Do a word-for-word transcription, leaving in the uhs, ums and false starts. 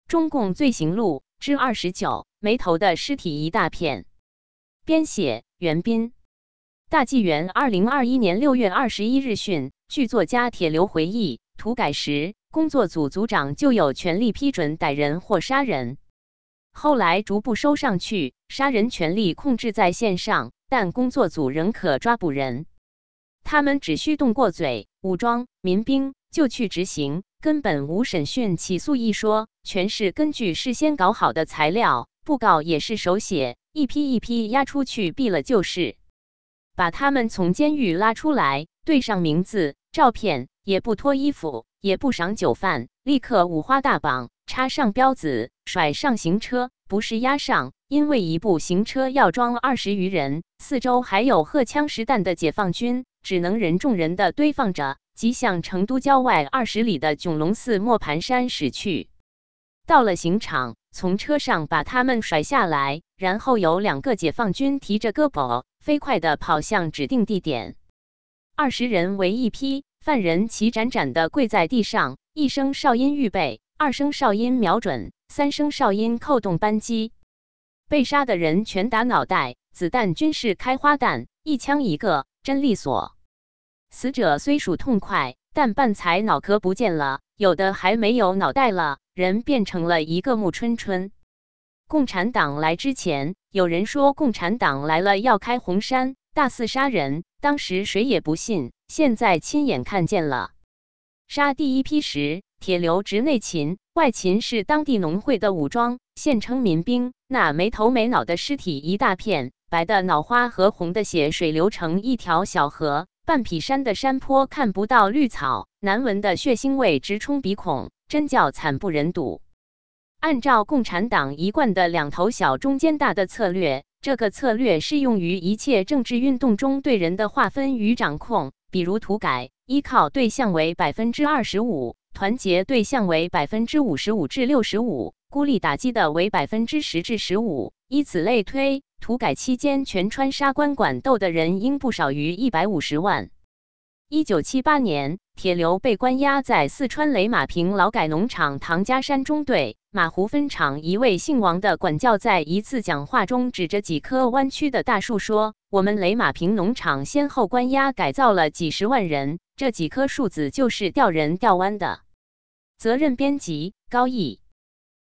中共罪行录》之二十九，没头的尸体一大片。编写：袁斌。大纪元二零二一年六月二十一日讯，据作家铁流回忆，涂改时，工作组组长就有权利批准逮人或杀人。后来逐步收上去，杀人权力控制在线上，但工作组仍可抓捕人。他们只需动过嘴，武装民兵就去执行，根本无审讯起诉一说，全是根据事先搞好的材料，布告也是手写，一批一批押出去毙了就是。把他们从监狱拉出来，对上名字、照片，也不脱衣服，也不赏酒饭，立刻五花大绑，插上标子，甩上行车，不是押上，因为一部行车要装二十余人，四周还有荷枪实弹的解放军，只能人众人的堆放着，即向成都郊外二十里的迥龙寺磨盘山驶去。到了刑场，从车上把他们甩下来，然后有两个解放军提着胳膊，飞快地跑向指定地点。二十人为一批，犯人齐展展地跪在地上，一声哨音预备，二声哨音瞄准，三声哨音扣动扳机。被杀的人全打脑袋，子弹均是开花弹，一枪一个，真利索。死者虽属痛快，但半残脑壳不见了，有的还没有脑袋了，人变成了一个木春春。共产党来之前，有人说共产党来了要开红山，大肆杀人，当时谁也不信，现在亲眼看见了。杀第一批时，铁流直内勤，外勤是当地农会的武装，现称民兵。那没头没脑的尸体一大片，白的脑花和红的血水流成一条小河，半匹山的山坡看不到绿草，难闻的血腥味直冲鼻孔，真叫惨不忍睹。按照共产党一贯的两头小中间大的策略，这个策略适用于一切政治运动中对人的划分与掌控，比如土改，依靠对象为 百分之二十五， 团结对象为 百分之五十五至六十五， 孤立打击的为 百分之十至十五， 以此类推，土改期间全川沙关管斗的人应不少于一百五十万。一九七八年，铁流被关押在四川雷马坪劳改农场唐家山中队。马湖分厂一位姓王的管教在一次讲话中指着几棵弯曲的大树说：“我们雷马坪农场先后关押改造了几十万人，这几棵树子就是吊人吊弯的。”责任编辑：高毅。